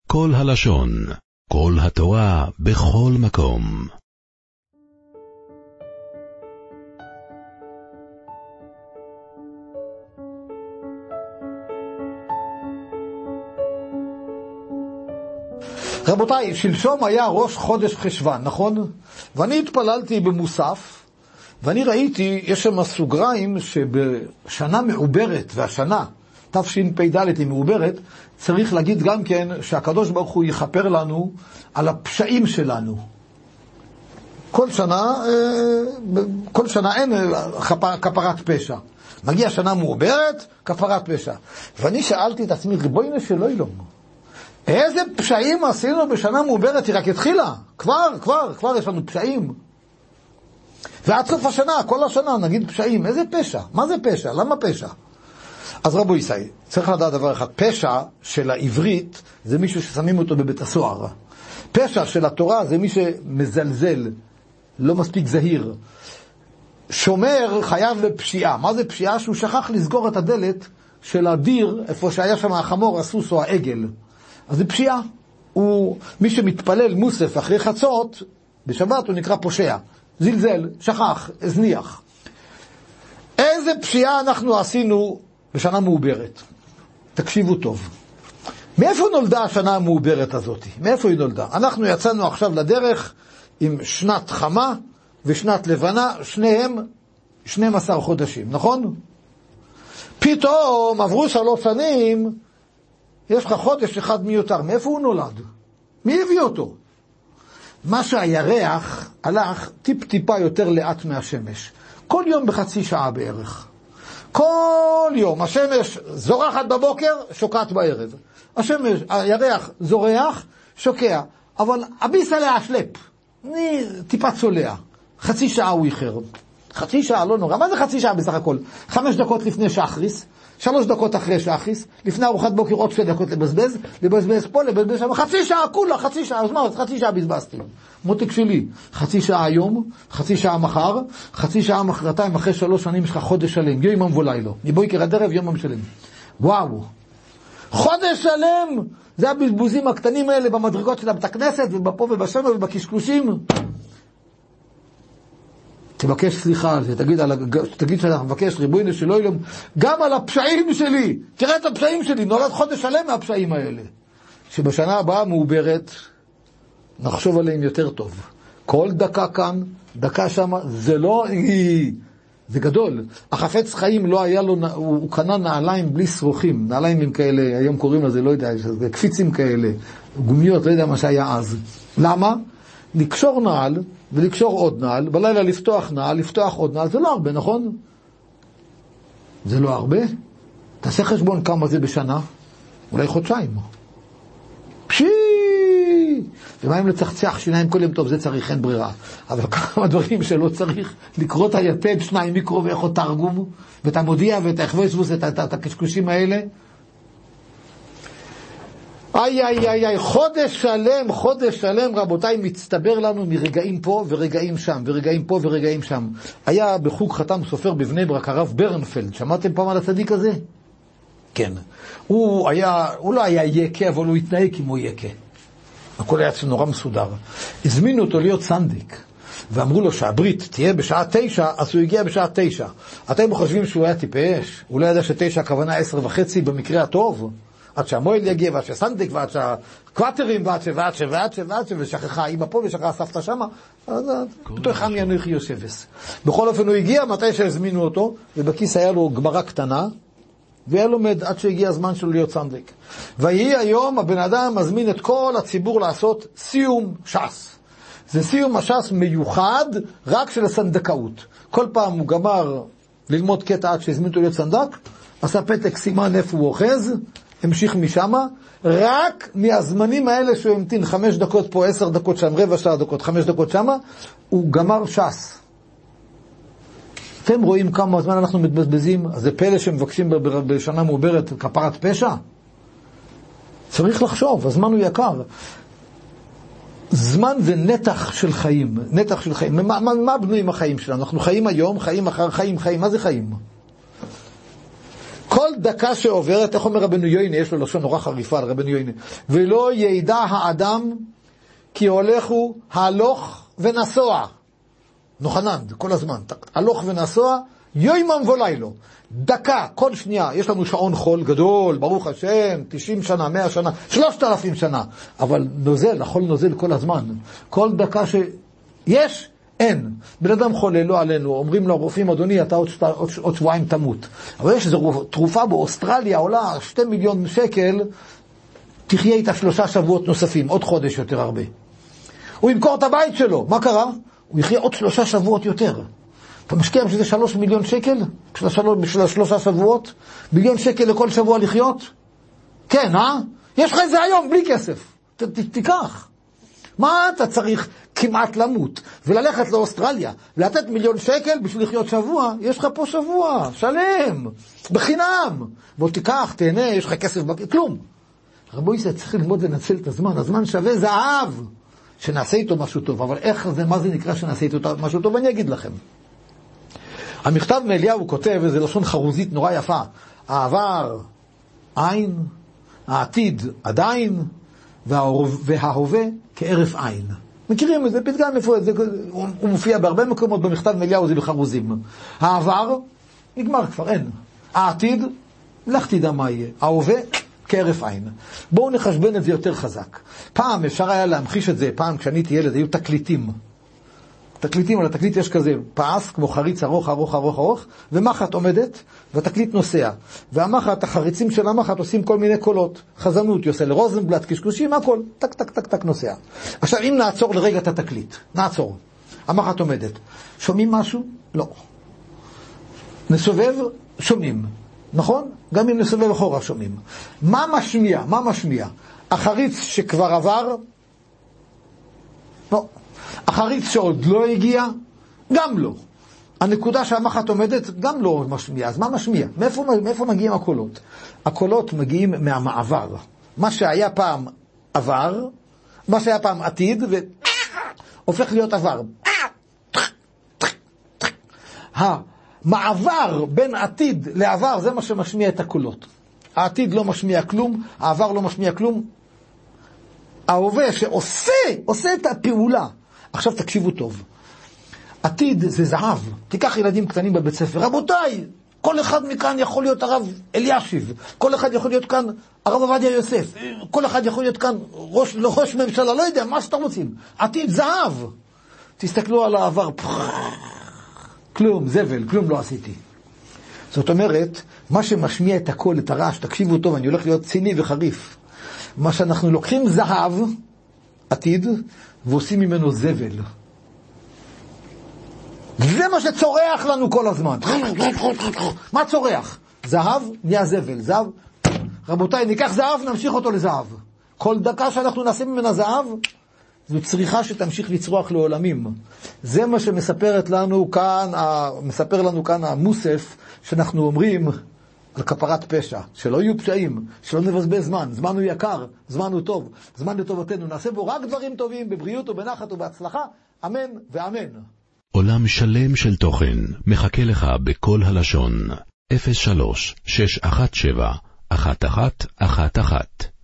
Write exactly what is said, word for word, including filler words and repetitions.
כל הלשון, כל התורה, בכל מקום. רבותיי, שלשום היה ראש חודש חשבן, נכון? ואני התפללתי במוסף, ואני ראיתי, יש שם סוגריים שבשנה מעוברת, והשנה תשפ"ד היא מעוברת, צריך להגיד גם כן שהקדוש ברוך הוא יכפר לנו על הפשעים שלנו. כל שנה, כל שנה אין כפרת פשע. מגיע שנה מעוברת, כפרת פשע. ואני שאלתי את עצמי, ריבונו של עולם, איזה פשעים עשינו בשנה מעוברת? היא רק התחילה. כבר, כבר, כבר יש לנו פשעים. ועד סוף השנה, כל השנה נגיד פשעים. איזה פשע? מה זה פשע? למה פשע? אז רבו ישי, צריך לדעת דבר אחד. פשע של העברית זה מישהו ששמים אותו בבית הסוהר. פשע של התורה זה מי שמזלזל, לא מספיק זהיר. שומר חייב בפשיעה. מה זה פשיעה? שהוא שכח לסגור את הדלת של הדיר, איפה שהיה שם החמור, הסוס או העגל. אז זה פשיעה. הוא, מי שמתפלל מוסף אחרי חצות, בשבת הוא נקרא פושע. זלזל, שכח, הזניח. איזה פשיעה אנחנו עשינו בשנה מעוברת? תקשיבו טוב. מאיפה נולדה השנה המעוברת הזאת? מאיפה היא נולדה? אנחנו יצאנו עכשיו לדרך עם שנת חמה ושנת לבנה, שניהם שנים עשר חודשים, נכון? פתאום עברו שלוש שנים, יש לך חודש אחד מיותר. מאיפה הוא נולד? מי הביא אותו? מה שהירח הלך טיפ טיפה יותר לאט מהשמש. כל יום בחצי שעה בערך. כל יום. השמש זורחת בבוקר, שוקעת בערב. השמש, הירח זורח, שוקע. אבל אביס עליה השלפ. אני טיפה צולע. חצי שעה הוא איחר. חצי שעה לא נורא. מה זה חצי שעה בסך הכל? חמש דקות לפני שחריס. שלוש דקות אחרי שחריס, לפני ארוחת בוקר עוד שתי דקות לבזבז, לבזבז פה, לבזבז שם, חצי שעה, כולה, חצי שעה, אז מה, אז חצי שעה בזבזתי. מותק שלי, חצי שעה היום, חצי שעה מחר, חצי שעה מחרתיים, אחרי שלוש שנים יש לך חודש שלם, יום ולילה, מבוקר עד ערב, יום שלם. וואו, חודש שלם, זה הבזבוזים הקטנים האלה במדרגות של בית הכנסת, ובפה ובשם ובקשקושים. תבקש סליחה על זה, תגיד, על, תגיד שאתה מבקש ריבונו של עולם, גם על הפשעים שלי, תראה את הפשעים שלי, נולד חודש שלם מהפשעים האלה. שבשנה הבאה מעוברת, נחשוב עליהם יותר טוב. כל דקה כאן, דקה שם, זה לא, זה גדול. החפץ חיים לא היה לו, הוא, הוא קנה נעליים בלי שרוכים, נעליים עם כאלה, היום קוראים לזה, לא יודע, קפיצים כאלה, גומיות, לא יודע מה שהיה אז. למה? לקשור נעל, ולקשור עוד נעל, בלילה לפתוח נעל, לפתוח עוד נעל, זה לא הרבה, נכון? זה לא הרבה? תעשה חשבון כמה זה בשנה, אולי חודשיים. פשי! ומה אם לצחצח שיניים כל יום טוב, זה צריך, אין ברירה. אבל כמה דברים שלא צריך, לקרוא את היתד, שניים מיקרו ואיך עוד תרגום, ואת המודיע ואת האחווה, את, את, את הקשקושים האלה. איי, איי, איי, איי, חודש שלם, חודש שלם, רבותיי, מצטבר לנו מרגעים פה ורגעים שם, ורגעים פה ורגעים שם. היה בחוג חתם סופר בבני ברק, הרב ברנפלד, שמעתם פעם על הצדיק הזה? כן. הוא היה, הוא לא היה יקה, אבל הוא התנהג כמו יקה. הכל היה נורא מסודר. הזמינו אותו להיות צדיק, ואמרו לו שהברית תהיה בשעה תשע, אז הוא הגיע בשעה תשע. אתם חושבים שהוא היה טיפש? הוא לא ידע שתשע הכוונה עשר וחצי במקרה הטוב? עד שהמועל יגיע, ועד שהסנדיק, ועד שהקואטרים, ועד שוועד שוועד שוועד ושכחה אמא פה ושכחה סבתא שמה, אז בתוך עם ינוחי יושבס. בכל אופן הוא הגיע מתי שהזמינו אותו, ובכיס היה לו גמרא קטנה, והיה לומד עד שהגיע הזמן שלו להיות סנדיק. ויהי היום הבן אדם מזמין את כל הציבור לעשות סיום ש"ס. זה סיום הש"ס מיוחד רק של הסנדקאות. כל פעם הוא גמר ללמוד קטע עד שהזמין אותו להיות סנדק, עשה פתק סימן איפה הוא אוחז, המשיך משם, רק מהזמנים האלה שהוא המתין חמש דקות פה, עשר דקות שם, רבע שעה דקות, חמש דקות שם, הוא גמר ש"ס. אתם רואים כמה זמן אנחנו מתבזבזים? אז זה פלא שמבקשים בשנה מעוברת כפרת פשע? צריך לחשוב, הזמן הוא יקר. זמן זה נתח של חיים, נתח של חיים. מה, מה, מה בנויים החיים שלנו? אנחנו חיים היום, חיים אחר חיים, חיים. מה זה חיים? כל דקה שעוברת, איך אומר רבנו יוינה, יש לו לשון נורא חריפה על רבנו יוינה, ולא ידע האדם כי הולך הוא הלוך ונסוע. נוחננד, כל הזמן, הלוך ונסוע, יוימם ולילו. דקה, כל שנייה, יש לנו שעון חול גדול, ברוך השם, תשעים שנה, מאה שנה, שלושת אלפים שנה, אבל נוזל, החול נוזל כל הזמן. כל דקה שיש, אין. בן אדם חולה, לא עלינו, אומרים לו רופאים, אדוני, אתה עוד, עוד, עוד שבועיים תמות. אבל יש איזו תרופה באוסטרליה, עולה שתי מיליון שקל, תחיה איתה שלושה שבועות נוספים, עוד חודש יותר הרבה. הוא ימכור את הבית שלו, מה קרה? הוא יחיה עוד שלושה שבועות יותר. אתה משקיע שזה שלוש מיליון שקל? בשביל שלושה שבועות? מיליון שקל לכל שבוע לחיות? כן, אה? יש לך את זה היום, בלי כסף. ת, ת, תיקח. מה אתה צריך כמעט למות? וללכת לאוסטרליה, ולתת מיליון שקל בשביל לחיות שבוע? יש לך פה שבוע, שלם, בחינם. בוא תיקח, תהנה, יש לך כסף, בק... כלום. רבו ישראל צריך ללמוד לנצל את הזמן. הזמן שווה זהב. שנעשה איתו משהו טוב. אבל איך זה, מה זה נקרא שנעשה איתו משהו טוב? אני אגיד לכם. המכתב מאליהו כותב, וזה לשון חרוזית נורא יפה, העבר עין, העתיד עדיין, וההווה כערף עין. מכירים את זה? פתגם איפה זה, הוא מופיע בהרבה מקומות במכתב מאליהו, זה בחרוזים. העבר נגמר כבר, אין. העתיד, לך תדע מה יהיה. ההווה כערף עין. בואו נחשבן את זה יותר חזק. פעם אפשר היה להמחיש את זה, פעם כשאני הייתי ילד, היו תקליטים. תקליטים, על התקליט יש כזה פס, כמו חריץ ארוך, ארוך, ארוך, ארוך, ומחט עומדת, והתקליט נוסע. והמחט, החריצים של המחט עושים כל מיני קולות. חזנות, יוסל רוזנבלט, קשקושים, הכל. טק, טק, טק, טק, נוסע. עכשיו, אם נעצור לרגע את התקליט, נעצור. המחט עומדת. שומעים משהו? לא. נסובב, שומעים. נכון? גם אם נסובב אחורה, שומעים. מה משמיע? מה משמיע? החריץ שכבר עבר? לא. החריץ שעוד לא הגיע? גם לא. הנקודה שהמחט עומדת גם לא משמיע. אז מה משמיע? מאיפה, מאיפה מגיעים הקולות? הקולות מגיעים מהמעבר. מה שהיה פעם עבר, מה שהיה פעם עתיד, והופך להיות עבר. המעבר בין עתיד לעבר, זה מה שמשמיע את הקולות. העתיד לא משמיע כלום, העבר לא משמיע כלום. ההווה שעושה, עושה את הפעולה. עכשיו תקשיבו טוב. עתיד זה זהב. תיקח ילדים קטנים בבית ספר. רבותיי, כל אחד מכאן יכול להיות הרב אלישיב. כל אחד יכול להיות כאן הרב עובדיה יוסף. כל אחד יכול להיות כאן ראש, לא ראש ממשלה, לא יודע, מה שאתם רוצים. עתיד זהב. תסתכלו על העבר. כלום, זבל, כלום לא עשיתי. זאת אומרת, מה שמשמיע את הכל, את הרעש, תקשיבו טוב, אני הולך להיות ציני וחריף. מה שאנחנו לוקחים זהב, עתיד, ועושים ממנו זבל. זה מה שצורח לנו כל הזמן. מה צורח? זהב נהיה זבל. זהב, רבותיי, ניקח זהב, נמשיך אותו לזהב. כל דקה שאנחנו נעשה ממנה זהב, זו צריכה שתמשיך לצרוח לעולמים. זה מה שמספרת לנו כאן, מספר לנו כאן המוסף, שאנחנו אומרים על כפרת פשע, שלא יהיו פשעים, שלא נבזבז זמן, זמן הוא יקר, זמן הוא טוב, זמן לטובתנו, נעשה בו רק דברים טובים, בבריאות ובנחת ובהצלחה, אמן ואמן. עולם שלם של תוכן מחכה לך בכל הלשון, אפס שלוש שש אחת שבע אחת אחת אחת אחת